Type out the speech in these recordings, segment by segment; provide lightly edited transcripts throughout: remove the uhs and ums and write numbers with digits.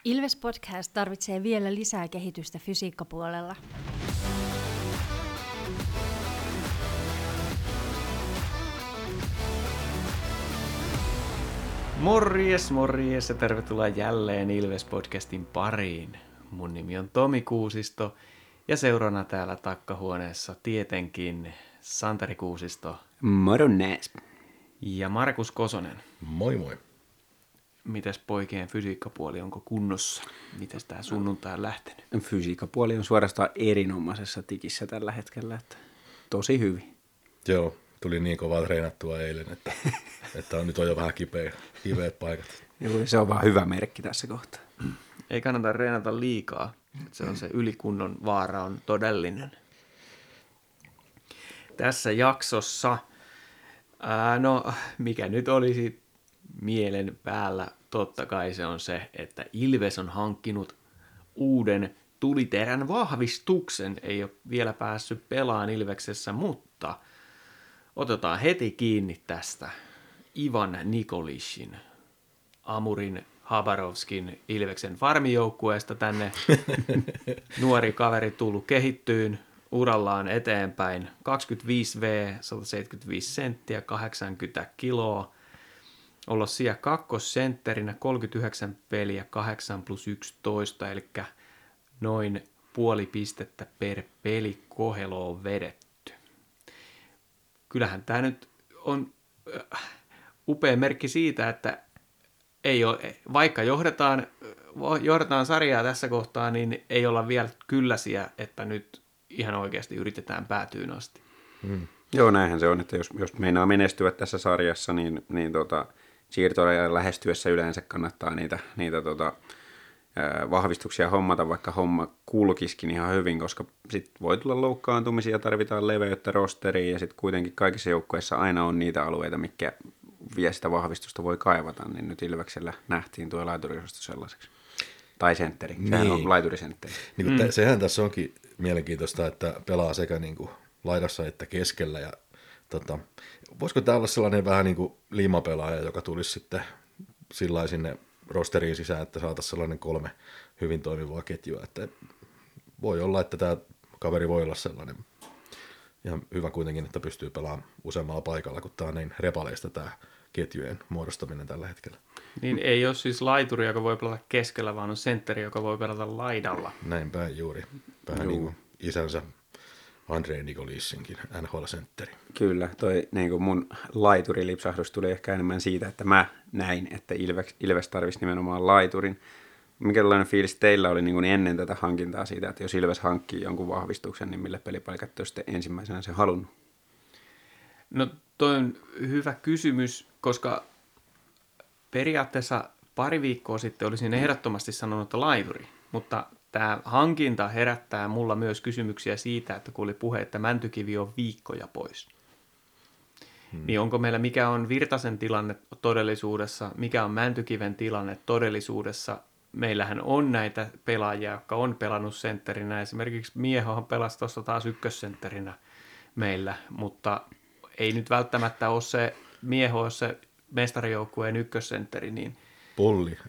Ilves Podcast tarvitsee vielä lisää kehitystä fysiikkapuolella. Morjes ja tervetuloa jälleen Ilves Podcastin pariin. Mun nimi on Tomi Kuusisto ja seurana täällä takkahuoneessa tietenkin Santeri Kuusisto. Moro näes. Ja Markus Kosonen. Moi moi. Mites poikien fysiikkapuoli, onko kunnossa? Mites tää sunnuntai on lähtenyt? Fysiikkapuoli on suorastaan erinomaisessa tikissä tällä hetkellä, että tosi hyvin. Joo, tuli niin kovaa treenattua eilen, että nyt on jo vähän kipeät paikat. Joo, se on vaan hyvä merkki tässä kohtaa. Ei kannata treenata liikaa, se on se ylikunnon vaara on todellinen. Tässä jaksossa, mikä nyt olisi mielen päällä, totta kai se on se, että Ilves on hankkinut uuden tuliterän vahvistuksen. Ei ole vielä päässyt pelaamaan Ilveksessä, mutta otetaan heti kiinni tästä Ivan Nikolišin, Amurin Habarovskin Ilveksen farmijoukkueesta tänne nuori kaveri tullut kehittyyn urallaan eteenpäin. 25V, 175 senttiä, 80 kiloa. Olla siellä kakkosentterinä 39 peliä, 8+11, eli noin puoli pistettä per peli Kohelo on vedetty. Kyllähän tämä nyt on upea merkki siitä, että ei ole, vaikka johdetaan sarjaa tässä kohtaa, niin ei olla vielä kylläisiä, että nyt ihan oikeasti yritetään päätyyn asti. Joo, näinhän se on, että jos meinaa menestyä tässä sarjassa, niin siirtoja lähestyessä yleensä kannattaa niitä vahvistuksia hommata, vaikka homma kulkisikin ihan hyvin, koska sitten voi tulla loukkaantumisia, tarvitaan leveyttä rosteriin ja sitten kuitenkin kaikissa joukkueissa aina on niitä alueita, mitkä vielä sitä vahvistusta voi kaivata, niin nyt Ilveksellä nähtiin tuo laituriosasto sellaiseksi. Tai sentteri, sehän on laiturisentteri. Niin sehän tässä onkin mielenkiintoista, että pelaa sekä niin kuin laidassa että keskellä ja voisiko tämä olla sellainen vähän niin kuin liimapelaaja, joka tulisi sitten sillä sinne rosteriin sisään, että saataisiin sellainen 3 hyvin toimivaa ketjua. Että voi olla, että tämä kaveri voi olla sellainen ihan hyvä kuitenkin, että pystyy pelaamaan useammalla paikalla, kun tämä on niin repaleista tämä ketjujen muodostaminen tällä hetkellä. Niin ei ole siis laituri, joka voi pelata keskellä, vaan on sentteri, joka voi pelata laidalla. Näin päin juuri. Vähän niin kuin isänsä Andrei Nikolišinkin NHL-sentteri. Kyllä, toi niin kuin mun laiturilipsahdus tuli ehkä enemmän siitä, että mä näin, että Ilves tarvisi nimenomaan laiturin. Mikälainen fiilis teillä oli niin kuin ennen tätä hankintaa siitä, että jos Ilves hankkii jonkun vahvistuksen, niin mille pelipaikat te olisitte ensimmäisenä sen halunnut? No toi on hyvä kysymys, koska periaatteessa pari viikkoa sitten olisin ehdottomasti sanonut, että laituri, mutta tämä hankinta herättää mulla myös kysymyksiä siitä, että kun oli puhe, että Mäntykivi on viikkoja pois. Niin onko meillä, mikä on Virtasen tilanne todellisuudessa, mikä on Mäntykiven tilanne todellisuudessa? Meillähän on näitä pelaajia, jotka on pelannut sentterinä. Esimerkiksi Miehohan pelasi tuossa taas ykkössentterinä meillä, mutta ei nyt välttämättä ole se Mieho, ole se mestarijoukkueen ykkössentteri. Niin Pulli.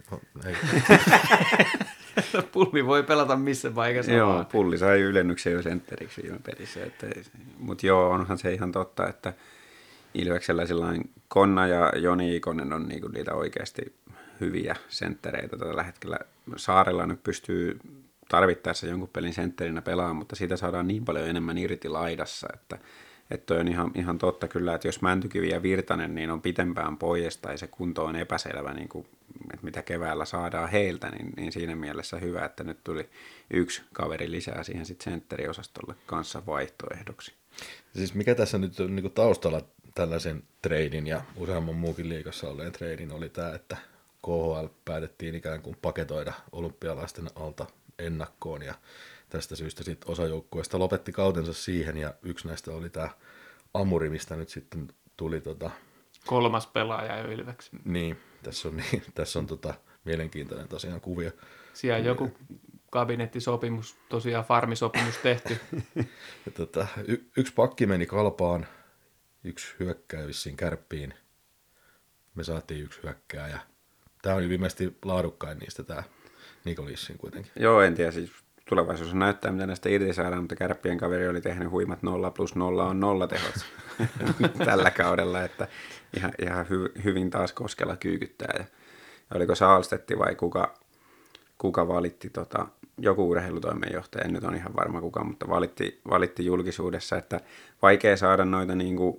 Pulmi voi pelata missä paikassa Joo, vaan. Pulli sai ylennyksen jo sentteriksi viime pelissä. Mutta joo, onhan se ihan totta, että Ilveksellä sillain Konna ja Joni Ikonen on niinku niitä oikeasti hyviä senttereitä tällä hetkellä. Saarella nyt pystyy tarvittaessa jonkun pelin sentterinä pelaamaan, mutta siitä saadaan niin paljon enemmän irti laidassa, että toi on ihan totta kyllä, että jos Mäntykivi ja Virtanen niin on pitempään pois tai se kunto on epäselvä, niin kuin, että mitä keväällä saadaan heiltä, niin siinä mielessä hyvä, että nyt tuli yksi kaveri lisää siihen sitten sentteriosastolle kanssa vaihtoehdoksi. Siis mikä tässä nyt on niin taustalla tällaisen treidin ja useamman muukin liigassa olleen treidin oli tämä, että KHL päätettiin ikään kuin paketoida olympialaisten alta ennakkoon ja tästä syystä sitten osa joukkueesta lopetti kautensa siihen ja yksi näistä oli tämä Amuri, mistä nyt sitten tuli Kolmas pelaaja jo Ilveksi. Niin, tässä on mielenkiintoinen tosiaan kuvio. Siellä joku kabinettisopimus, tosiaan farmisopimus tehty. Yksi pakki meni Kalpaan, yksi hyökkääjä vissiin Kärppiin. Me saatiin yksi hyökkääjä. Tämä on ilmeisesti laadukkain niistä tämä Nikolissiin kuitenkin. Joo, en tiedä, siis tulevaisuus näyttää, mitä näistä irti saadaan, mutta Kärppien kaveri oli tehnyt huimat 0+0 on 0 tehot tällä kaudella, että ihan hyvin taas Koskela kyykyttää. Ja oliko Saalstetti vai kuka valitti, joku urheilutoimenjohtaja, en nyt ole ihan varma kuka, mutta valitti julkisuudessa, että vaikea saada noita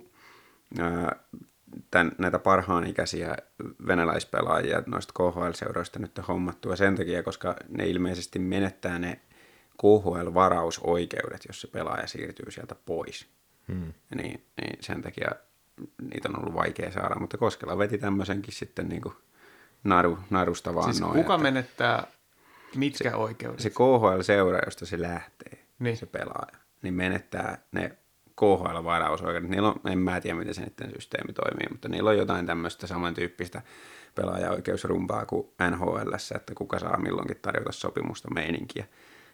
näitä parhaan ikäisiä venäläispelaajia noista KHL-seuroista nyt hommattua sen takia, koska ne ilmeisesti menettää ne KHL-varausoikeudet, jos se pelaaja siirtyy sieltä pois. Niin sen takia niitä on ollut vaikea saada, mutta Koskela veti tämmöisenkin sitten niin kuin narusta vaan siis noin. kuka menettää mitkä oikeudet? Se KHL-seura, josta se lähtee, niin. se pelaaja, niin menettää ne KHL-varausoikeudet. Niillä on, en mä tiedä, miten se niiden systeemi toimii, mutta niillä on jotain tämmöistä samantyyppistä pelaajaoikeusrumpaa kuin NHL:ssä, että kuka saa milloinkin tarjota sopimusta meininkiä.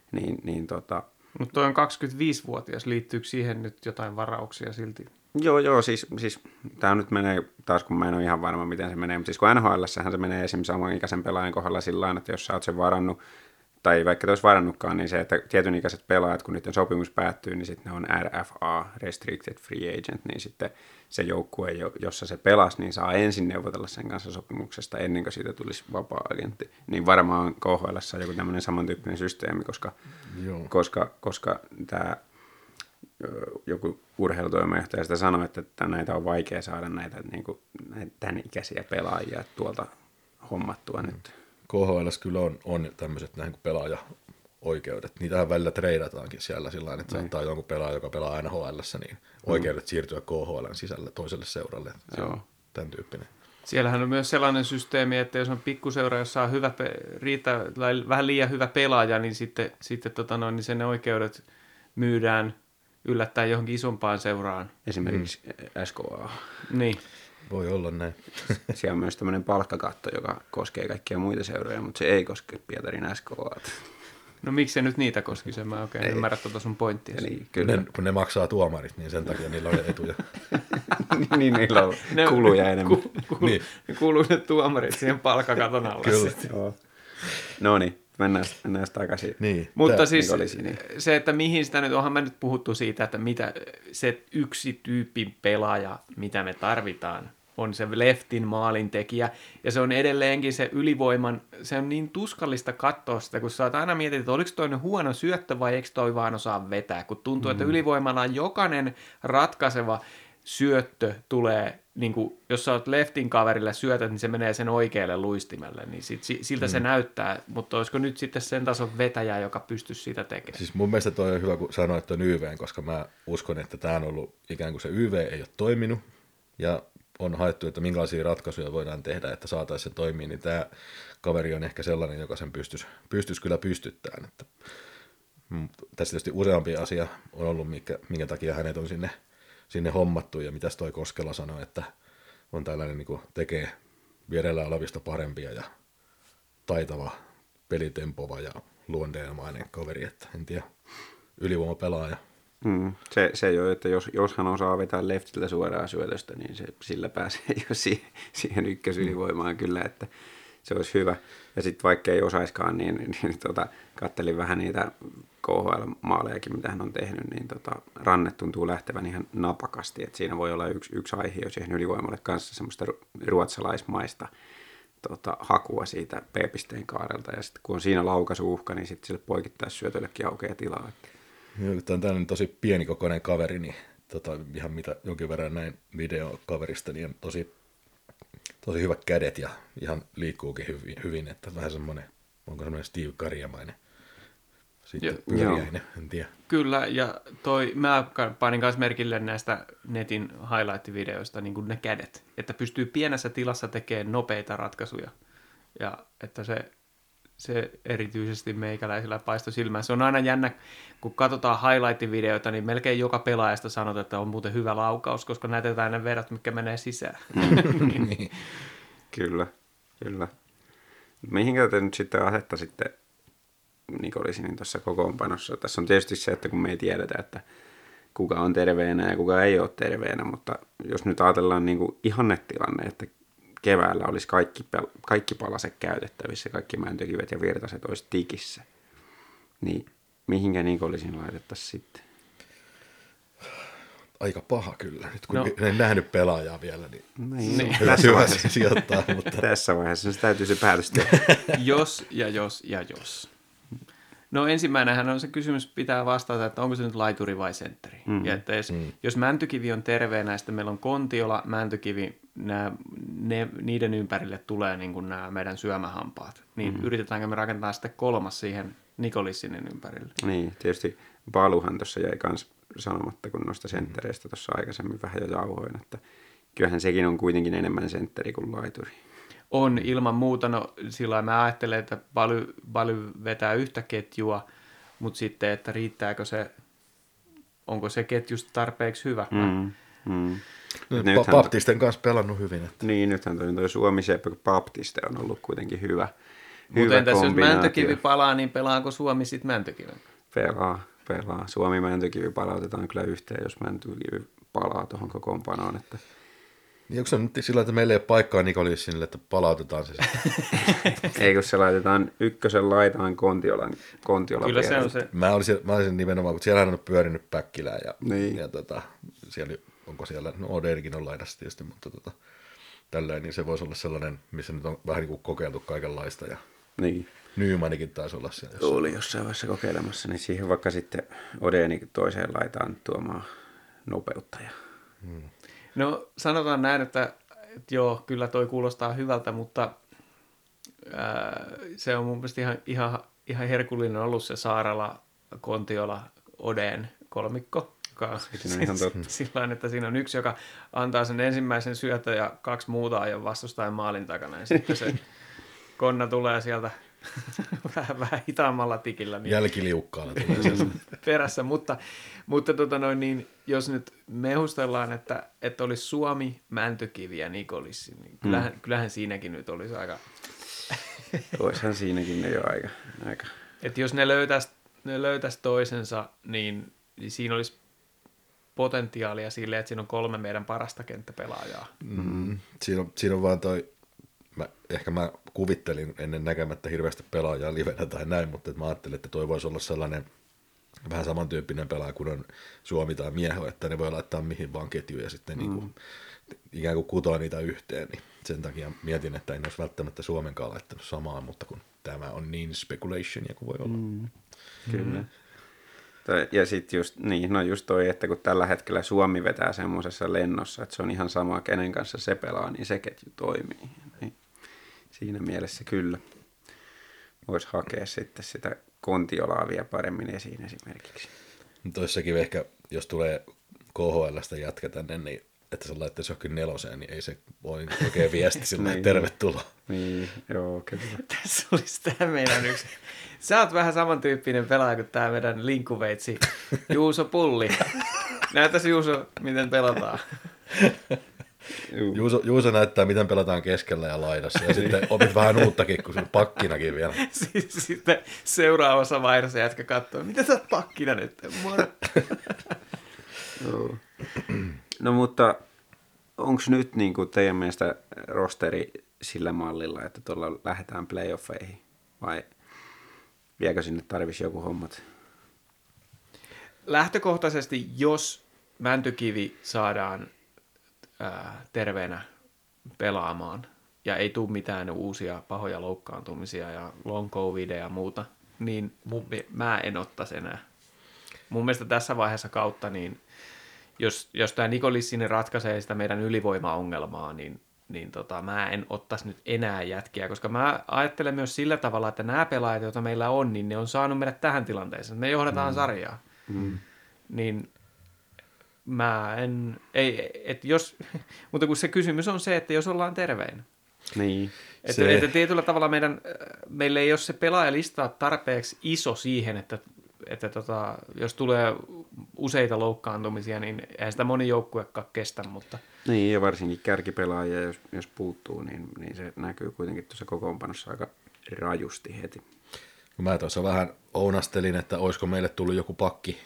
Mutta toi on 25-vuotias, liittyykö siihen nyt jotain varauksia silti? Joo, siis tämä nyt menee taas, kun mä en ole ihan varma, miten se menee, mutta siis kun NHL:ssähän se menee esimerkiksi samanikäisen pelaajan kohdalla sillä lailla, että jos sä oot sen varannut, tai vaikka te olisi varannutkaan, niin se, että tietyn ikäiset pelaajat, kun niiden sopimus päättyy, niin sitten ne on RFA, Restricted Free Agent, niin sitten se joukkue, jossa se pelasi, niin saa ensin neuvotella sen kanssa sopimuksesta ennen kuin siitä tulisi vapaa-agentti. Niin varmaan KHL:ssä on joku tämmöinen samantyyppinen systeemi, koska tämä joku urheilutoimenjohtaja sitä sanoi, että näitä on vaikea saada näitä tämän ikäisiä pelaajia tuolta hommattua nyt. KHL:ssä kyllä on tämmöiset näin kuin pelaaja-oikeudet. Niitähän välillä treidataankin siellä sillä tavalla, että saattaa jonkun pelaaja, joka pelaa NHL:ssä, niin oikeudet siirtyä KHL:n sisällä toiselle seuralle. Se on tämän tyyppinen. Siellähän on myös sellainen systeemi, että jos on pikkuseura, jossa on vähän liian hyvä pelaaja, niin sitten niin sen oikeudet myydään yllättäen johonkin isompaan seuraan. Esimerkiksi SKA. Niin. Voi olla näin. Siellä on myös tämmöinen palkkakatto, joka koskee kaikkia muita seuroja, mutta se ei koske Pietarin SKA. No miksi se nyt niitä koskisi? Mä oikein ymmärrä tuota sun pointtia. Niin, kyllä. Kun ne maksaa tuomarit, niin sen takia niillä on etuja. niin, niillä on kuluja enemmän. Niin. Kuuluu ne tuomarit siihen palkkakaton alla. Kyllä. No niin, mennään takaisin. Niin. Mutta siis se, että mihin sitä nyt, onhan me nyt puhuttu siitä, että mitä se yksi tyyppi pelaaja, mitä me tarvitaan, on se leftin maalintekijä, ja se on edelleenkin se ylivoiman, se on niin tuskallista katsoa sitä, kun sä oot aina mietit, että oliko toinen huono syöttö vai eikö toi vaan osaa vetää, kun tuntuu, että ylivoimana jokainen ratkaiseva syöttö tulee, niin kuin, jos sä oot leftin kaverille syötät, niin se menee sen oikealle luistimelle, niin siltä se näyttää, mutta olisiko nyt sitten sen tason vetäjä, joka pystyisi sitä tekemään? Siis mun mielestä toi on hyvä, kun sanoit tuon YVn, koska mä uskon, että tämä on ollut ikään kuin se YV ei ole toiminut, ja on haettu, että minkälaisia ratkaisuja voidaan tehdä, että saataisiin se toimii, niin tämä kaveri on ehkä sellainen, joka sen pystyisi kyllä pystyttämään. Että, tässä tietysti useampi asia on ollut, minkä takia hänet on sinne hommattu, ja mitäs toi Koskela sanoi, että on tällainen niin kuin tekee vierellä olevista parempia ja taitava, pelitempova ja luonteenomainen kaveri, että en tiedä, ylivoimapelaaja. Se ei ole, että jos hän osaa vetää leftiltä suoraan syötöstä, niin sillä pääsee jo siihen ykkösylivoimaan kyllä, että se olisi hyvä. Ja sitten vaikka ei osaiskaan, niin kattelin vähän niitä KHL-maalejakin, mitä hän on tehnyt, niin ranne tuntuu lähtevän ihan napakasti. Et siinä voi olla yksi aihe jo siihen ylivoimalle kanssa semmoista ruotsalaismaista hakua siitä P-pisteen kaarelta. Ja sitten kun on siinä laukaisu-uhka, niin sitten sille poikittaisyötöllekin aukeaa tilaa. Joo, tämä on tällainen tosi pienikokoinen kaveri, niin ihan mitä jonkin verran näin videokaverista, niin on tosi hyvät kädet ja ihan liikkuukin hyvin, että vähän semmoinen, onko semmoinen Steve Karjamainen, sitten pyöriäinen, en tiedä. Kyllä, ja mä painin kanssa merkille näistä netin highlight-videoista niin kuin ne kädet, että pystyy pienessä tilassa tekemään nopeita ratkaisuja, ja että se erityisesti meikäläisillä paistoi silmään. Se on aina jännä, kun katsotaan highlight-videoita, niin melkein joka pelaajasta sanot, että on muuten hyvä laukaus, koska näytetään ne vedot, mitkä menee sisään. Niin. Kyllä. Mihinkä te nyt sitten asettaisitte Nikolinin tuossa kokoonpanossa? Tässä on tietysti se, että kun me ei tiedetä, että kuka on terveenä ja kuka ei ole terveenä, mutta jos nyt ajatellaan niin kuin ihannetilanne, että keväällä olisi kaikki palaset käytettävissä, kaikki mäntykivet ja virtaset olisi tikissä, niin mihinkä Nicolesin laitettaisiin sitten? Aika paha kyllä. Nyt kun en nähnyt pelaajaa vielä, niin Niin. hyvä sijoittaa. Mutta... Tässä vaiheessa se täytyy se päätös tehdä. Jos. No ensimmäinenhän on se kysymys, pitää vastata, että onko se nyt laituri vai sentteri. Ja että jos mäntykivi on terveenä ja sitten meillä on Kontiola, mäntykivi, niiden ympärille tulee niin kuin nämä meidän syömähampaat, niin yritetäänkö me rakentaa sitten kolmas siihen Nicolissinin ympärille? Niin, tietysti Baluhan tuossa jäi kans sanomatta, kun noista senttereistä tuossa aikaisemmin vähän jo jauhoin, että kyllähän sekin on kuitenkin enemmän sentteri kuin laituri. On ilman muuta, no sillä mä ajattelen, että Baly vetää yhtä ketjua, mutta sitten, että riittääkö se, onko se ketjusta tarpeeksi hyvä? Baptisten kanssa pelannut hyvin. Että... Niin, nythän toi Suomi Seppä Baptiste on ollut kuitenkin hyvä. Mutta entäs jos mäntökivi palaa, niin pelaako Suomi sitten mäntökiven? Pelaa. Suomi mäntykivi palautetaan kyllä yhteen, jos mäntykivi palaa tuohon kokoonpanoon. Että... Niin onko se nyt sillä, että meillä ei ole paikkaa Nicolissinille, että palautetaan se sitten? Ei, kun se laitetaan ykkösen laitaan Kontiolan Kyllä se on se. Mä olisin nimenomaan, kun siellähän on pyörinyt Päkkilää ja siellä, onko siellä, no Oderikin on laidassa tietysti, mutta tällöin, niin se voisi olla sellainen, missä nyt on vähän niin kuin kokeiltu kaikenlaista ja niin. Nymanikin taisi olla siellä. Oli jossain vaiheessa kokeilemassa, niin siihen vaikka sitten Odenikin toiseen laitaan tuomaan nopeutta. No sanotaan näin, että joo, kyllä toi kuulostaa hyvältä, mutta se on mun mielestä ihan herkullinen ollut se Saarala, Kontiola, Oden kolmikko. Sillain, että siinä on yksi, joka antaa sen ensimmäisen syötön ja kaksi muuta ajan vastustajan maalin takana. Ja sitten se Konna tulee sieltä vähän hitaammalla tikillä. Niin jälkiliukkaalla tulee sieltä. Perässä, mutta niin, jos nyt mehustellaan, että olisi Suomi, mäntykivi ja Nicolissi, niin kyllähän siinäkin nyt olisi aika... Olisihan siinäkin jo aika. Että jos ne löytäisi toisensa, niin siinä olisi potentiaalia sille, että siinä on 3 meidän parasta kenttäpelaajaa. Siinä on vaan ehkä mä kuvittelin ennen näkemättä hirveästi pelaajaa livenä tai näin, mutta mä ajattelin, että toi voisi olla sellainen vähän samantyyppinen pelaaja kuin on Suomi tai Mieho, että ne voi laittaa mihin vaan ketjuun ja sitten niin kuin, ikään kuin kutoa niitä yhteen, niin sen takia mietin, että en olisi välttämättä Suomenkaan laittanut samaan, mutta kun tämä on niin speculation, kuin voi olla. Kyllä. Ja sitten just toi, että kun tällä hetkellä Suomi vetää semmoisessa lennossa, että se on ihan sama, kenen kanssa se pelaa, niin se ketju toimii. Niin siinä mielessä kyllä voisi hakea sitten sitä Kontiolaa vielä paremmin esiin esimerkiksi. Toissakin ehkä, jos tulee KHL:stä jätkä tänne, niin että se laittaisi johonkin 4, niin ei se voi oikein viesti sillä niin, tervetuloa. Niin, joo, kyllä. Tässä olisi tämä meidän yksi. Sä oot vähän samantyyppinen pelaaja kuin tämä meidän linkkuveitsi Juuso Pulli. Näyttäis Juuso, miten pelataan. Juuso näyttää, miten pelataan keskellä ja laidassa. Ja sitten opit vähän uuttakin, kun sun pakkinakin vielä. Sitten seuraavassa vaiheessa jätkä katsoo, mitä sä oot pakkina nyt? No mutta onko nyt niin kuin teidän mielestä rosteri sillä mallilla, että tuolla lähdetään playoffeihin? Vai viekö sinne tarvisi joku hommat? Lähtökohtaisesti, jos mäntykivi saadaan terveenä pelaamaan ja ei tule mitään uusia pahoja loukkaantumisia ja long covidia ja muuta, niin mä en ottaisi enää. Mun mielestä tässä vaiheessa kautta, niin jos tämä Nicolissinen ratkaisee sitä meidän ylivoimaongelmaa, niin mä en ottaisi nyt enää jätkiä, koska mä ajattelen myös sillä tavalla, että nämä pelaajat, joita meillä on, niin ne on saanut meidät tähän tilanteeseen. Me johdetaan sarjaa. Niin mä en, mutta kun se kysymys on se, että jos ollaan terveinä. Niin. Että tietyllä tavalla meillä ei ole se pelaajalista tarpeeksi iso siihen, että jos tulee useita loukkaantumisia, niin eihän sitä moni joukkuekaan kestä, mutta... Niin, ja varsinkin kärkipelaajia, jos puuttuu, niin se näkyy kuitenkin tuossa kokoonpanossa aika rajusti heti. Mä tuossa vähän ounastelin, että olisiko meille tullut joku pakki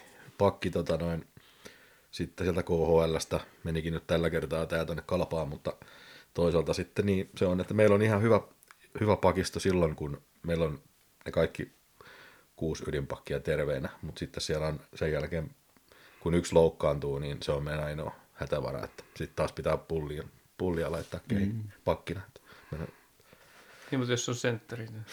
sitten sieltä KHL:stä, menikin nyt tällä kertaa tää tonne Kalpaan, mutta toisaalta sitten niin se on, että meillä on ihan hyvä pakisto silloin, kun meillä on ne kaikki 6 ydinpakkia terveenä, mutta sitten siellä on sen jälkeen, kun yksi loukkaantuu, niin se on meidän ainoa hätävara, että sitten taas pitää pullia laittaa pakkina. Niin, mutta jos on sentteri, niin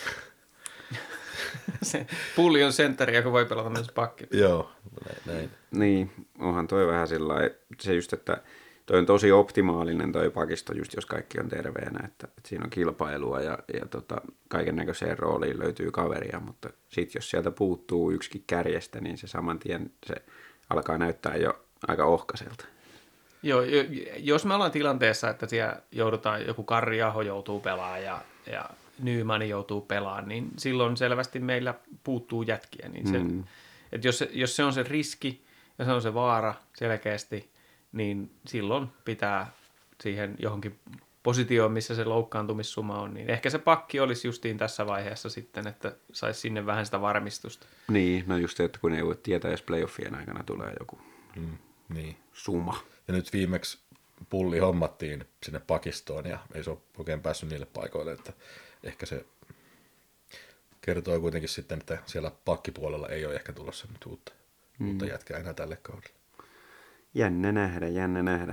se pulli on sentteri, joka voi pelata myös pakkina. Joo, näin. Niin, onhan toi vähän sillä se just, että toi on tosi optimaalinen toi pakisto, just jos kaikki on terveenä, että siinä on kilpailua ja kaiken näköiseen rooliin löytyy kaveria, mutta sitten jos sieltä puuttuu yksikin kärjestä, niin se saman tien se alkaa näyttää jo aika ohkaiselta. Joo, jos me ollaan tilanteessa, että siellä joudutaan, joku Karri Aho joutuu pelaamaan ja Nyman joutuu pelaamaan, niin silloin selvästi meillä puuttuu jätkiä. Niin se, että jos se on se riski ja se on se vaara selkeästi, niin silloin pitää siihen johonkin positioon, missä se loukkaantumissuma on. Niin ehkä se pakki olisi justiin tässä vaiheessa sitten, että saisi sinne vähän sitä varmistusta. Niin, no just se, että kun ei voi tietää, jos playoffien aikana tulee joku Niin. suma. Ja nyt viimeksi pulli hommattiin sinne pakistoon ja ei se ole oikein päässyt niille paikoille, että ehkä se kertoo kuitenkin sitten, että siellä pakkipuolella ei ole ehkä tulossa nyt uutta jätkää enää tälle kaudelle. Jännä nähdä.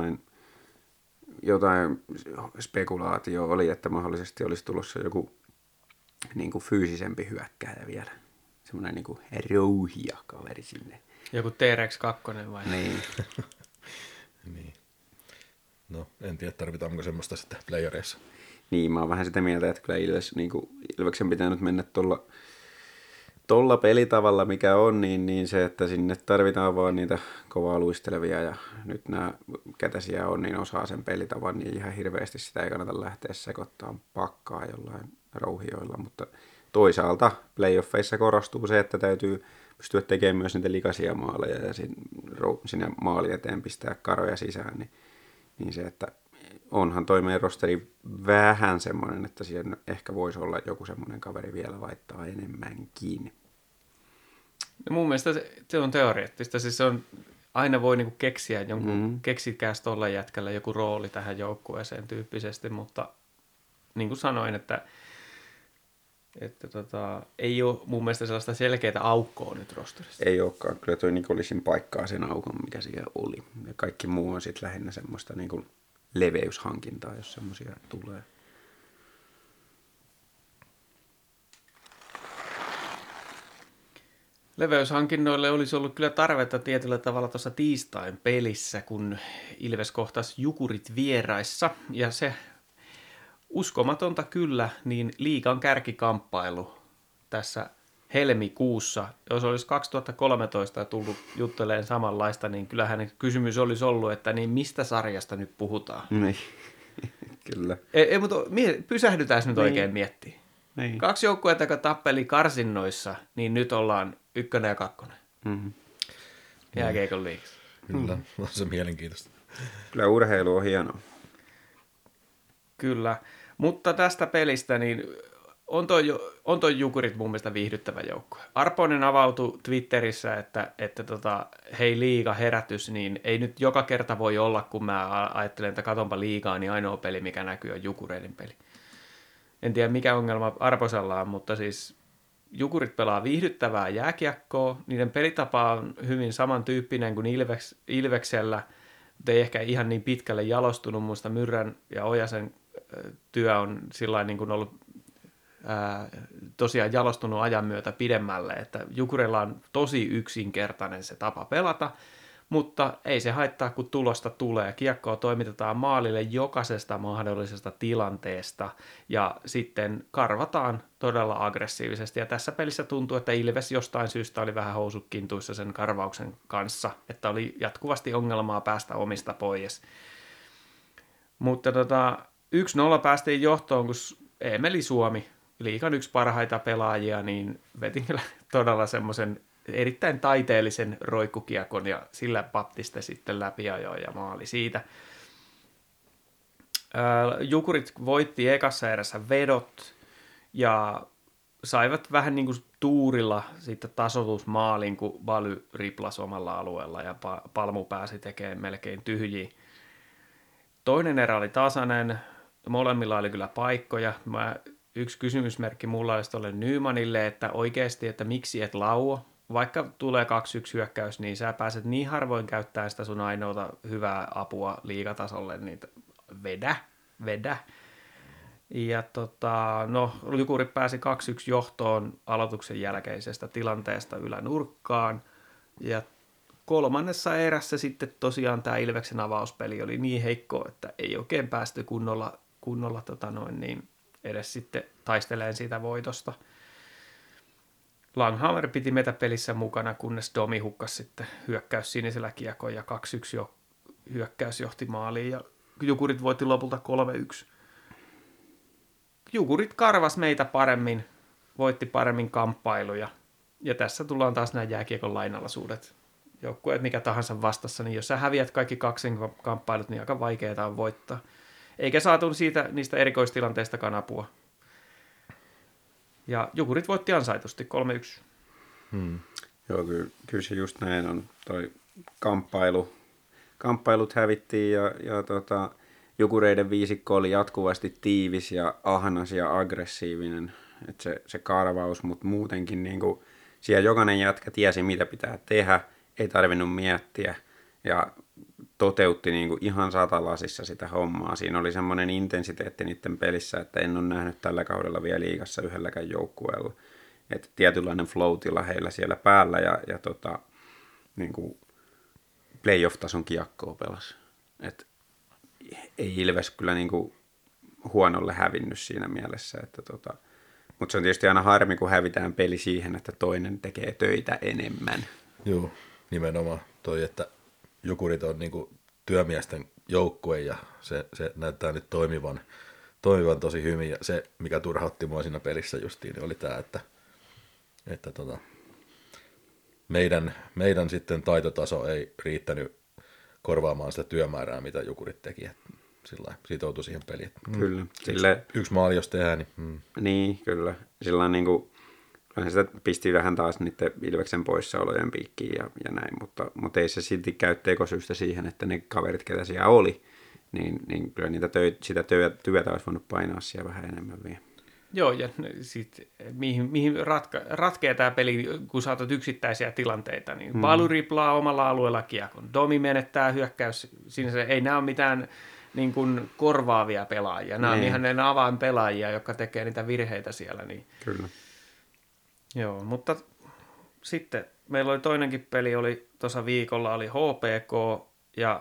Jotain spekulaatio oli, että mahdollisesti olisi tulossa joku niin kuin fyysisempi hyökkääjä vielä. Semmoinen niin kuin rouhia kaveri sinne. Joku T-Rex 2 vai? Niin. Niin. No, en tiedä, tarvitaanko semmoista sitten playereissa. Niin, mä oon vähän sitä mieltä, että kyllä Ilveksen pitää nyt mennä tolla pelitavalla, mikä on, niin se, että sinne tarvitaan vaan niitä kovaa luistelevia ja nyt nämä kätäsiä on, niin osaa sen pelitavan, niin ihan hirveästi sitä ei kannata lähteä sekoittamaan pakkaa jollain rouhioilla, mutta toisaalta playoffeissa korostuu se, että täytyy pystyä tekemään myös niitä likaisia maaleja ja sinne maali eteen pistää karoja sisään, niin se, että onhan toi meidän rosteri vähän semmoinen, että siihen ehkä voisi olla joku semmoinen kaveri vielä laittaa enemmänkin. No mun mielestä se on teoreettista. Siis se on, aina voi niinku keksiä jonkun, keksikääs tolla jätkällä joku rooli tähän joukkueeseen tyyppisesti, mutta niin kuin sanoin, että ei ole mun mielestä sellaista selkeää aukkoa nyt rosterissa. Ei olekaan. Kyllä toi Nikolisin paikkaa sen aukon, mikä siellä oli. Ja kaikki muu on sitten lähinnä semmoista niinku leveyshankintaa, jos semmoisia tulee. Leveyshankinnoille olisi ollut kyllä tarvetta tietyllä tavalla tuossa tiistain pelissä, kun Ilves kohtasi Jukurit vieraissa. Ja se uskomatonta kyllä, niin liigan kärkikamppailu tässä helmikuussa. Jos olisi 2013 tullut jutteleen samanlaista, niin kyllähän kysymys olisi ollut, että niin mistä sarjasta nyt puhutaan. Niin, kyllä. Mutta pysähdytään nyt oikein miettimään. Niin. 2 joukkuetta, jotka tappeli karsinnoissa, niin nyt ollaan 1 ja 2. Jääkiekon liigassa. Kyllä, on se mielenkiintoista. Kyllä urheilu on hienoa. Kyllä, mutta tästä pelistä niin on toi Jukurit mun mielestä viihdyttävä joukkue. Arponen avautui Twitterissä, että hei liiga herätys, niin ei nyt joka kerta voi olla, kun mä ajattelen, että katonpa liigaa, niin ainoa peli, mikä näkyy, on Jukureiden peli. En tiedä, mikä ongelma Arposella on, mutta siis Jukurit pelaa viihdyttävää jääkiekkoa, niiden pelitapa on hyvin samantyyppinen kuin Ilveksellä, mutta ei ehkä ihan niin pitkälle jalostunut. Muista Myrrän ja Ojasen työ on sillain niin kuin ollut tosiaan jalostunut ajan myötä pidemmälle, että Jukurilla on tosi yksinkertainen se tapa pelata, mutta ei se haittaa, kun tulosta tulee. Kiekkoa toimitetaan maalille jokaisesta mahdollisesta tilanteesta ja sitten karvataan todella aggressiivisesti. Ja tässä pelissä tuntuu, että Ilves jostain syystä oli vähän housut kintuissa sen karvauksen kanssa, että oli jatkuvasti ongelmaa päästä omista pois. Mutta 1-0 päästiin johtoon, kun Eemeli Suomi, liigan yksi parhaita pelaajia, niin veti kyllä todella semmoisen erittäin taiteellisen roikkukiekon ja sillä pattiste sitten läpiajoin ja maali siitä. Jukurit voitti ekassa erässä vedot ja saivat vähän niin kuin tuurilla sitten tasoitusmaalin, kun Valy riplasi omalla alueella ja Palmu pääsi tekemään melkein tyhjiä. Toinen erä oli tasainen, molemmilla oli kyllä paikkoja. Yksi kysymysmerkki mulla olisi tuolle Nymanille, että oikeasti, että miksi et lauo? Vaikka tulee 2-1 hyökkäys, niin sä pääset niin harvoin käyttämään sitä sun ainoata hyvää apua liigatasolle, niin vedä. Ja Jukurit pääsi 2-1 johtoon aloituksen jälkeisestä tilanteesta ylänurkkaan. Ja kolmannessa erässä sitten tosiaan tämä Ilveksen avauspeli oli niin heikko, että ei oikein päästy kunnolla edes sitten taisteleen siitä voitosta. Langhammer piti meitä pelissä mukana, kunnes Domi hukkasi sitten hyökkäys sinisellä kiekon ja 2-1 hyökkäys johti maaliin ja Jukurit voitti lopulta 3-1. Jukurit karvas meitä paremmin, voitti paremmin kamppailuja ja tässä tullaan taas nämä jääkiekon lainalaisuudet. Joukkueet mikä tahansa vastassa, niin jos sä häviät kaikki kaksinkamppailut, niin aika vaikeaa on voittaa. Eikä saatu niistä erikoistilanteistakaan apua. Ja Jukurit voitti ansaitusti 3-1. Joo, kyllä se just näin on. Toi kamppailut hävittiin ja Jukureiden viisikko oli jatkuvasti tiivis ja ahnas ja aggressiivinen. Et se karvaus, mutta muutenkin niinku, siellä jokainen jätkä tiesi, mitä pitää tehdä, ei tarvinnut miettiä ja toteutti niinku ihan satalasissa sitä hommaa. Siinä oli semmoinen intensiteetti niiden pelissä, että en ole nähnyt tällä kaudella vielä liigassa yhdelläkään joukkueella. Että tietynlainen flow-tila heillä siellä päällä ja niinku playoff-tason kiekkoa pelasi. Et ei Ilves kyllä niinku huonolle hävinnyt siinä mielessä. Mutta se on tietysti aina harmi, kun hävitään peli siihen, että toinen tekee töitä enemmän. Joo, nimenomaan toi, että Jukurit on niinku työmiesten joukkue ja se näyttää nyt toimivan tosi hyvin. Ja se, mikä turhautti mua siinä pelissä justiin, niin oli tämä, että meidän sitten taitotaso ei riittänyt korvaamaan sitä työmäärää, mitä Jukurit teki. Että sillä sitoutui siihen peliin. Kyllä. Yksi maali, jos tehdään, niin... Niin, kyllä. Sillä niinku, sitä pisti vähän taas niiden Ilveksen poissaolojen piikkiin ja näin, mutta ei se silti käy tekosyystä siihen, että ne kaverit, ketä siellä oli, niin kyllä sitä työtä olisi voinut painaa siellä vähän enemmän vielä. Joo, ja sitten mihin ratkeaa tämä peli, kun saatat yksittäisiä tilanteita, niin Balu riplaa omalla alueella kiekon. Domi menettää hyökkäys, siinä ei nämä ole mitään niin kuin korvaavia pelaajia, nämä on ihan ne avainpelaajia, jotka tekee niitä virheitä siellä. Niin. Kyllä. Joo, mutta sitten meillä oli toinenkin peli, oli tuossa viikolla oli HPK, ja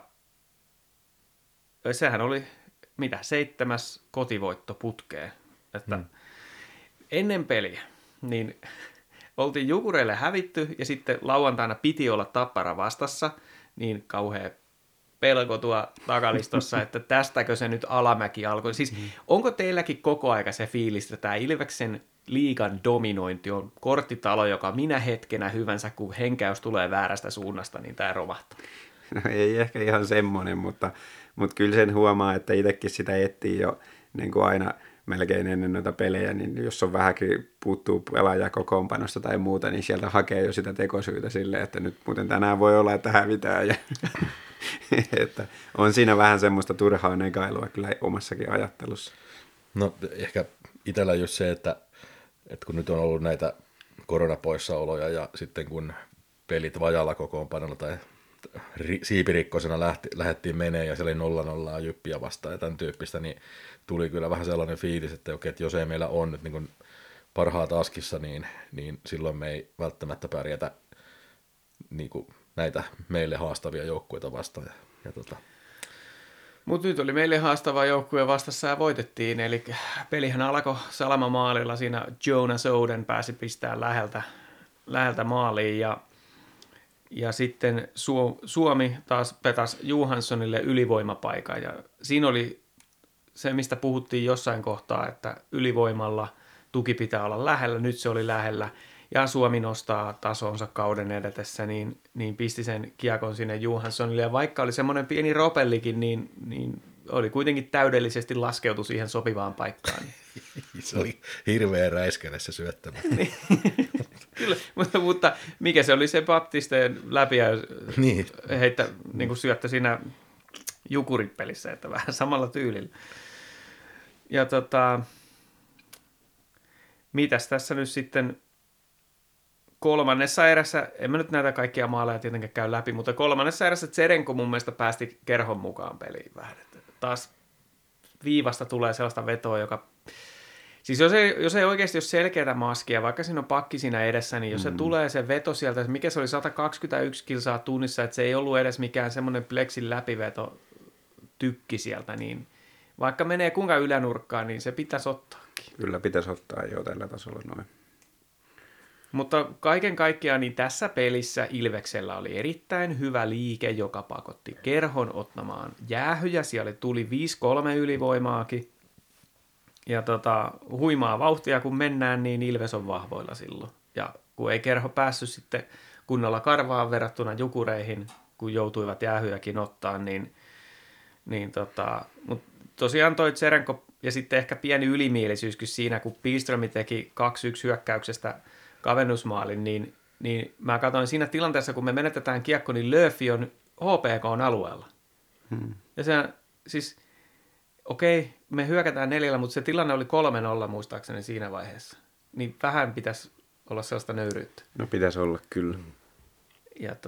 sehän oli 7. kotivoitto putkeen. Että ennen peliä, niin oltiin Jukureille hävitty, ja sitten lauantaina piti olla Tappara vastassa, niin kauhea pelko tuo takalistossa, että tästäkö se nyt alamäki alkoi. Siis onko teilläkin koko aika se fiilis, että tämä Ilveksen liigan dominointi on korttitalo, joka minä hetkenä hyvänsä, kun henkäys tulee väärästä suunnasta, niin tämä romahtaa? No ei ehkä ihan semmoinen, mutta kyllä sen huomaa, että itsekin sitä etsii jo niin kuin aina melkein ennen noita pelejä, niin jos on vähänkin puuttuu pelaaja kokoonpanosta tai muuta, niin sieltä hakee jo sitä tekosyytä silleen, että nyt muuten tänään voi olla, että hävitään. Ja että on siinä vähän semmoista turhaa negailua kyllä omassakin ajattelussa. No ehkä itsellä just se, että kun nyt on ollut näitä koronapoissaoloja ja sitten kun pelit vajalla kokoonpanolla tai siipirikkosena lähdettiin menee ja siellä oli 0-0 Jyppiä vastaan ja tämän tyyppistä, niin tuli kyllä vähän sellainen fiilis, että okei, että jos ei meillä on nyt niin kuin parhaat askissa, niin silloin me ei välttämättä pärjätä niin kuin näitä meille haastavia joukkueita vastaan. Mutta nyt oli meille haastava joukkue vastassa ja voitettiin, eli pelihän alkoi salamamaalilla, siinä Jonas Oden pääsi pistämään läheltä maaliin ja sitten Suomi taas petasi Johanssonille ylivoimapaikan ja siinä oli se, mistä puhuttiin jossain kohtaa, että ylivoimalla tuki pitää olla lähellä, nyt se oli lähellä ja Suomi nostaa tasonsa kauden edetessä, niin pisti sen kiekon sinne Johanssonille ja vaikka oli semmoinen pieni ropellikin, niin oli kuitenkin täydellisesti laskeutu siihen sopivaan paikkaan. Se oli hirveän räiskäinen se syöttämä. Kyllä, mutta mikä se oli se Baptisteen läpi ja niin. heittä niin kuin syöttä siinä Jukurit-pelissä, että vähän samalla tyylillä. Ja mitäs tässä nyt sitten kolmannessa erässä, en mä nyt näitä kaikkia maaleja tietenkään käy läpi, mutta kolmannessa erässä Tserenko mun mielestä päästi Kerhon mukaan peliin vähän. Että taas viivasta tulee sellaista vetoa, joka... Siis jos ei oikeasti ole selkeää maskia, vaikka siinä on pakki siinä edessä, niin jos se tulee se veto sieltä, mikä se oli 121 kilsaa tunnissa, että se ei ollut edes mikään semmoinen pleksin läpiveto tykki sieltä, niin vaikka menee kuinka ylänurkkaan, niin se pitäisi ottaakin. Kyllä pitäisi ottaa jo tällä tasolla noin. Mutta kaiken kaikkiaan niin tässä pelissä Ilveksellä oli erittäin hyvä liike, joka pakotti Kerhon ottamaan jäähyjä. Siellä tuli 5-3 ylivoimaakin. Ja huimaa vauhtia kun mennään, niin Ilves on vahvoilla silloin. Ja kun ei Kerho päässyt sitten kunnolla karvaan verrattuna Jukureihin, kun joutuivat jäähyjäkin ottaa, mutta tosiaan toi Tserenko ja sitten ehkä pieni ylimielisyyskin siinä, kun Pihlström teki 2-1 hyökkäyksestä kavennusmaalin, niin mä katsoin siinä tilanteessa, kun me menetetään kiekko, niin Lööfi on HPK:n alueella. Ja se siis, okei, me hyökätään 4, mutta se tilanne oli 3-0 muistaakseni siinä vaiheessa. Niin vähän pitäisi olla sellaista nöyryyttä. No pitäisi olla, kyllä. Ja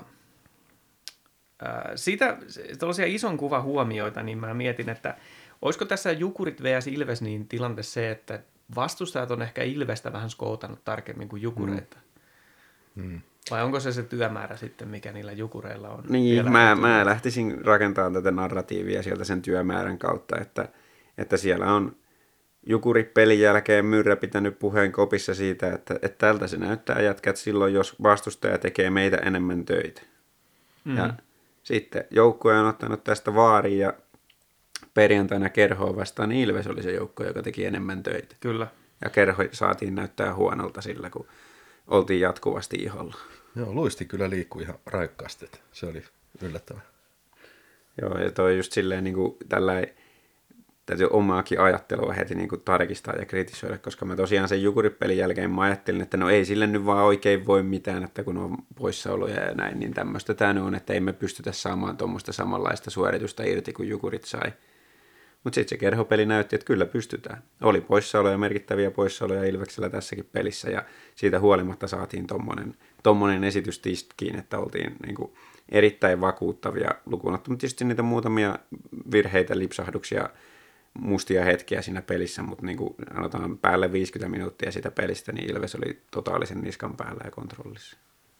siitä tällaisia ison kuvan huomioita, niin mä mietin, että olisiko tässä Jukurit vs. Ilves niin tilanne se, että vastustajat on ehkä Ilvestä vähän skoutannut tarkemmin kuin Jukureita? Vai onko se työmäärä sitten, mikä niillä Jukureilla on? Niin, mä lähtisin rakentamaan tätä narratiivia sieltä sen työmäärän kautta, että siellä on Jukurit pelin jälkeen Myrrä pitänyt puheen kopissa siitä, että tältä se näyttää jätkät silloin, jos vastustaja tekee meitä enemmän töitä. Ja sitten joukkue on ottanut tästä vaarin ja perjantaina Kerhoa vastaan, niin Ilves oli se joukko, joka teki enemmän töitä. Kyllä. Ja Kerho saatiin näyttää huonolta sillä, kun oltiin jatkuvasti iholla. Joo, luisti kyllä liikkui ihan raikkaasti, että se oli yllättävää. Joo, ja toi just silleen niin kuin tällainen, täytyy omaakin ajattelua heti niin kuin tarkistaa ja kritisoida, koska mä tosiaan sen Jukurit-pelin jälkeen mä ajattelin, että no ei sille nyt vaan oikein voi mitään, että kun on poissaoloja ja näin, niin tämmöistä tämä on, että ei me pystytä saamaan tuommoista samanlaista suoritusta irti kuin Jukurit sai. Mutta sitten se Kerho-peli näytti, että kyllä pystytään. Oli poissaoloja, merkittäviä poissaoloja Ilveksellä tässäkin pelissä, ja siitä huolimatta saatiin tommonen esitys tiskiin, että oltiin niinku erittäin vakuuttavia lukuun ottamatta tietysti niitä muutamia virheitä, lipsahduksia, mustia hetkiä siinä pelissä, mutta niinku sanotaan päälle 50 minuuttia sitä pelistä, niin Ilves oli totaalisen niskan päällä ja kontrollissa.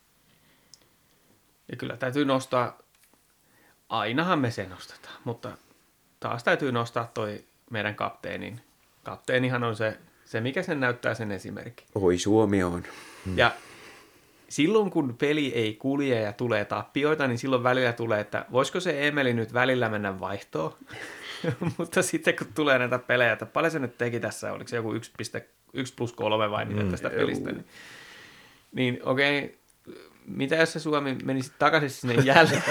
Ja kyllä täytyy nostaa, ainahan me se nostetaan, mutta taas täytyy nostaa toi meidän kapteenin. Kapteenihan on se mikä sen näyttää sen esimerkki. Oi, Suomi on. Ja silloin kun peli ei kulje ja tulee tappioita, niin silloin välillä tulee, että voisiko se Emeli nyt välillä mennä vaihtoon. Mutta sitten kun tulee näitä pelejä, että paljon se nyt teki tässä, oliko se joku 1+3 vai mitä tästä pelistä, niin okei, mitä jos se Suomi menisi takaisin sinne jälleen?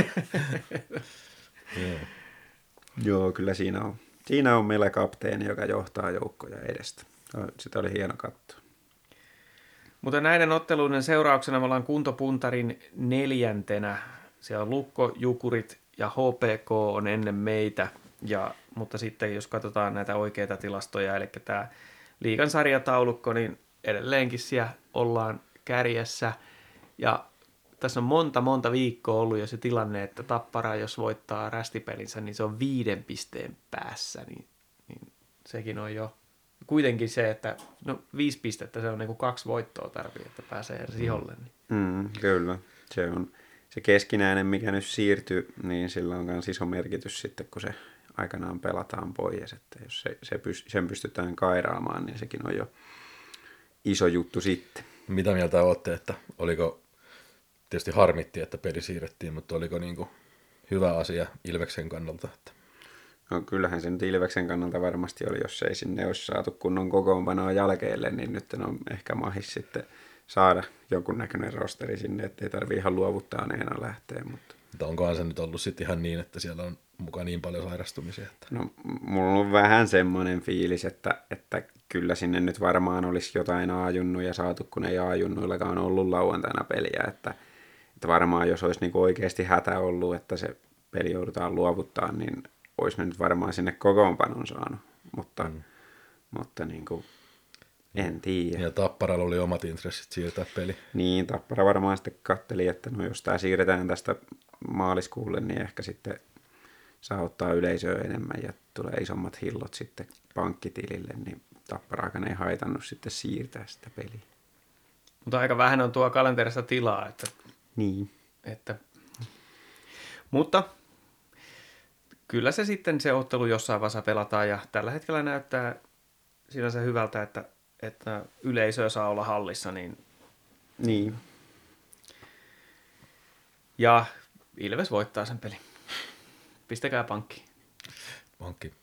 Joo, kyllä siinä on meillä kapteeni, joka johtaa joukkoja edestä. Sitä oli hieno katsoa. Mutta näiden otteluiden seurauksena me ollaan kuntopuntarin 4. Siellä on Lukko, Jukurit ja HPK on ennen meitä. Mutta sitten jos katsotaan näitä oikeita tilastoja, eli tämä liigan sarjataulukko, niin edelleenkin siellä ollaan kärjessä. Ja tässä on monta viikkoa ollut jo se tilanne, että Tappara, jos voittaa rästipelinsä, niin se on 5 pisteen päässä. Niin sekin on jo kuitenkin se, että 5 pistettä, se on niin kuin 2 voittoa tarvii, että pääsee edes iholle. Kyllä, se on se keskinäinen, mikä nyt siirtyy, niin sillä on myös iso merkitys sitten, kun se aikanaan pelataan pois. Että jos sen pystytään kairaamaan, niin sekin on jo iso juttu sitten. Mitä mieltä olette, että oliko, tietysti harmitti, että peli siirrettiin, mutta oliko niin kuin hyvä asia Ilveksen kannalta? Että... No kyllähän se nyt Ilveksen kannalta varmasti oli, jos ei sinne olisi saatu kunnon kokoonpanoa jälkeelle, niin nyt on ehkä mahis sitten saada jonkun näköinen rosteri sinne, ettei tarvitse ihan luovuttaaneena lähteä. Mutta onkohan se nyt ollut sitten ihan niin, että siellä on mukaan niin paljon sairastumisia? Että... No mulla on vähän semmoinen fiilis, että kyllä sinne nyt varmaan olisi jotain A-junnuja ja saatu, kun ei A-junnuillakaan ollut lauantaina peliä, että varmaan jos olisi niinku oikeasti hätä ollut, että se peli joudutaan luovuttaa, niin olisi me nyt varmaan sinne kokoonpanon saanut, mutta niin kuin, en tiedä. Ja Tapparalla oli omat intressit siirtää peli. Niin, Tappara varmaan sitten katteli, että no jos tämä siirretään tästä maaliskuulle, niin ehkä sitten saa ottaa yleisöä enemmän ja tulee isommat hillot sitten pankkitilille, niin Tapparaakaan ei haitannut sitten siirtää sitä peliä. Mutta aika vähän on tuo kalenterissa tilaa, Niin. Mutta kyllä se sitten se ottelu jossain vaiheessa pelataan ja tällä hetkellä näyttää sinänsä hyvältä, että yleisöä saa olla hallissa. Niin. Ja Ilves voittaa sen pelin. Pistäkää pankkiin. Pankki.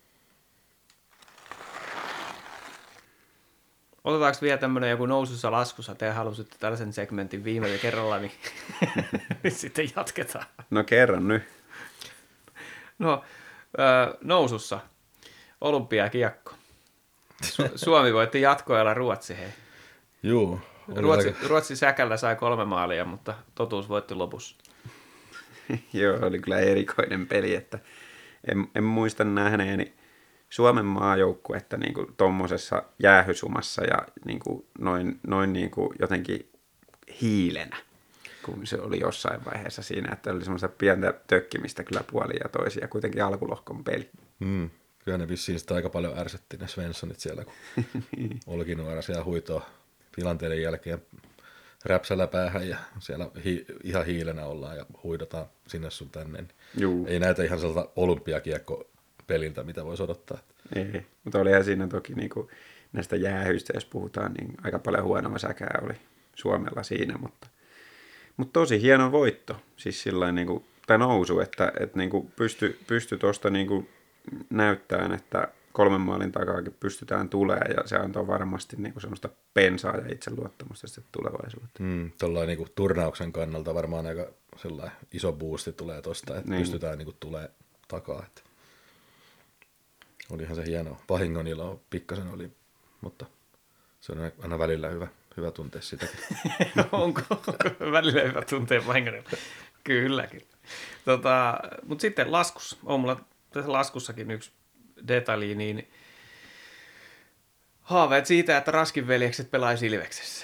Otetaanko vielä tämmöinen joku nousussa laskussa? Te halusitte tällaisen segmentin viime kerralla, niin sitten jatketaan. No kerran nyt. No, nousussa. Olympiakiekko. Suomi voitti jatkoajalla Ruotsi, hei. Juu. Ruotsi säkällä sai 3 maalia, mutta totuus voitti lopussa. Joo, oli kyllä erikoinen peli, että en muista nähneeni Suomen maajoukkuetta niin tuommoisessa jäähysumassa ja niin kuin noin niin kuin jotenkin hiilenä, kun se oli jossain vaiheessa siinä, että oli semmoista pientä tökkimistä kyllä puolin ja toisia, ja kuitenkin alkulohkon peli. Kyllä ne vissiin sitä aika paljon ärsytti ne Svenssonit siellä, kun Olkinuora siellä huitoo tilanteiden jälkeen räpsällä päähän ja siellä ihan hiilenä ollaan ja huidotaan sinne sun tänne. Juu. Ei näytä ihan sellaista olympiakiekko-peliltä, mitä voisi odottaa. Ei, mutta olihan siinä toki niin kuin näistä jäähyistä, jos puhutaan, niin aika paljon huonoa säkää oli Suomella siinä, mutta tosi hieno voitto, siis sillain niin kuin, tai nousu, että niin kuin pysty tuosta niin kuin näyttämään, että 3 maalin takaakin pystytään tulemaan, ja se antoi varmasti niin kuin semmoista pensaa ja itseluottamusta sitten tulevaisuuteen. Tuollainen niin turnauksen kannalta varmaan aika sellainen iso boosti tulee tuosta, että niin. pystytään niin kuin tulemaan takaa. Että olihan se hienoa. Vahingonilla on pikkasen oli, mutta se on aina välillä hyvä tuntea sitäkin. No, onko välillä hyvä tuntea vahingonilla? Kyllä. Mutta sitten laskussa. On mulla tässä laskussakin yksi detalji, niin haaveet siitä, että Raskin veljekset pelaisi Ilveksessä.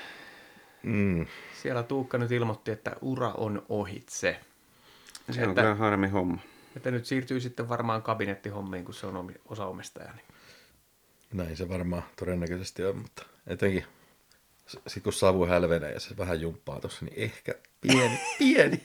Siellä Tuukka nyt ilmoitti, että ura on ohitse. Se on kyllä harmi homma. Että nyt siirtyy sitten varmaan kabinettihommiin, kun se on osaomistaja. Niin. Näin se varmaan todennäköisesti on, mutta etenkin sitten kun savu hälvenee ja se vähän jumppaa tuossa, niin ehkä pieni.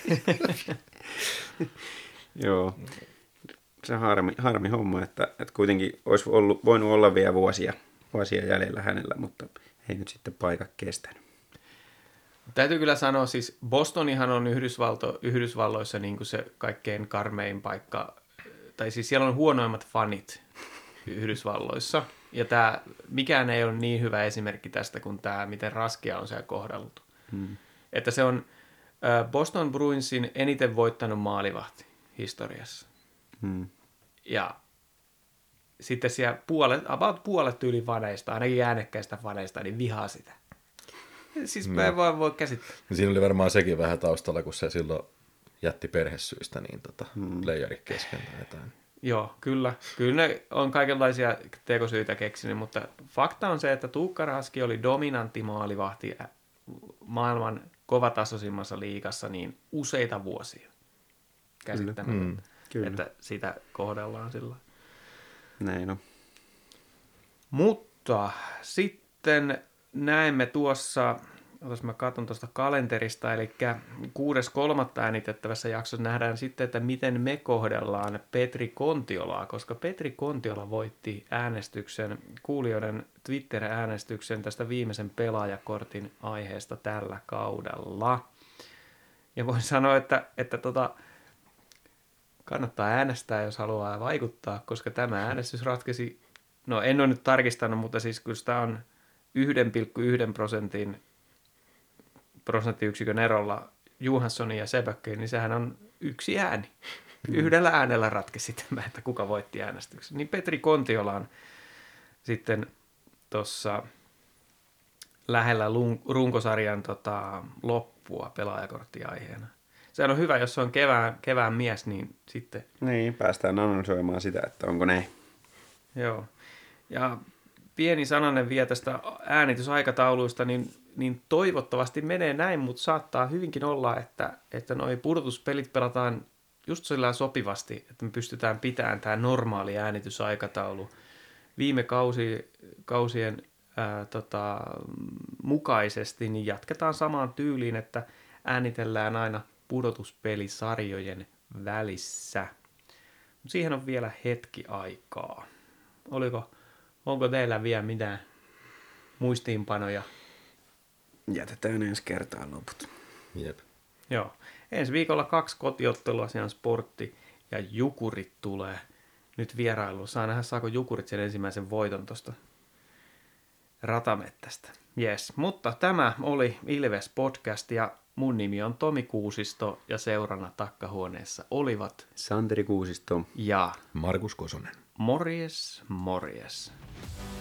Joo. Se harmi homma, että kuitenkin olisi voinut olla vielä vuosia jäljellä hänellä, mutta ei nyt sitten paikka kestänyt. Täytyy kyllä sanoa, siis Bostonihan on Yhdysvalloissa niin kuin se kaikkein karmein paikka, tai siis siellä on huonoimmat fanit Yhdysvalloissa, ja mikään ei ole niin hyvä esimerkki tästä kuin tämä, miten Raskia on siellä kohdellut. Että se on Boston Bruinsin eniten voittanut maalivahti historiassa. Ja sitten siellä puolet tyyli faneista, ainakin äänekkäistä faneista, niin vihaa sitä. Siis mä en voi käsittää. Siinä oli varmaan sekin vähän taustalla, kun se silloin jätti perhesyistä niin leijarit kesken tai jotain. Joo, kyllä. Kyllä ne on kaikenlaisia tekosyitä keksinyt, mutta fakta on se, että Tuukka Raski oli dominantti maalivahti maailman kovatasoisimmassa liigassa niin useita vuosia. Käsittämätöntä, että sitä kohdellaan sillä. Näin on. Mutta sitten näemme tuossa, jos mä katson tuosta kalenterista, eli 6.3. äänitettävässä jaksossa nähdään sitten, että miten me kohdellaan Petri Kontiolaa, koska Petri Kontiola voitti kuulijoiden Twitter-äänestyksen tästä viimeisen pelaajakortin aiheesta tällä kaudella. Ja voin sanoa, että kannattaa äänestää, jos haluaa vaikuttaa, koska tämä äänestys ratkesi, no en ole nyt tarkistanut, mutta siis kun sitä on 1,1 prosenttiyksikön erolla Johanssonin ja Sebökkiin, niin sehän on yksi ääni. Yhdellä äänellä ratkesi tämä, että kuka voitti äänestyksen. Niin Petri Kontiola on sitten tuossa lähellä runkosarjan loppua pelaajakorttiaiheena. sehän on hyvä, jos se on kevään mies, niin sitten... Niin, päästään analysoimaan sitä, että onko ne. Joo. Ja pieni sananen vielä tästä äänitysaikatauluista, niin toivottavasti menee näin, mutta saattaa hyvinkin olla, että noi pudotuspelit pelataan just sillä sopivasti, että me pystytään pitämään tämä normaali äänitysaikataulu viime kausien mukaisesti, niin jatketaan samaan tyyliin, että äänitellään aina pudotuspelisarjojen välissä. Mut siihen on vielä hetki aikaa. Onko teillä vielä mitään muistiinpanoja? Jätetään ensi kertaan loput. Jep. Joo. Ensi viikolla 2 kotiottelua, siellä on Sportti ja Jukurit tulee nyt vierailuun. Saa nähdä, saako Jukurit sen ensimmäisen voiton tuosta ratamettästä. Yes. Mutta tämä oli Ilves Podcast ja mun nimi on Tomi Kuusisto ja seurana takkahuoneessa olivat Santeri Kuusisto. ja Markus Kosonen. morjes.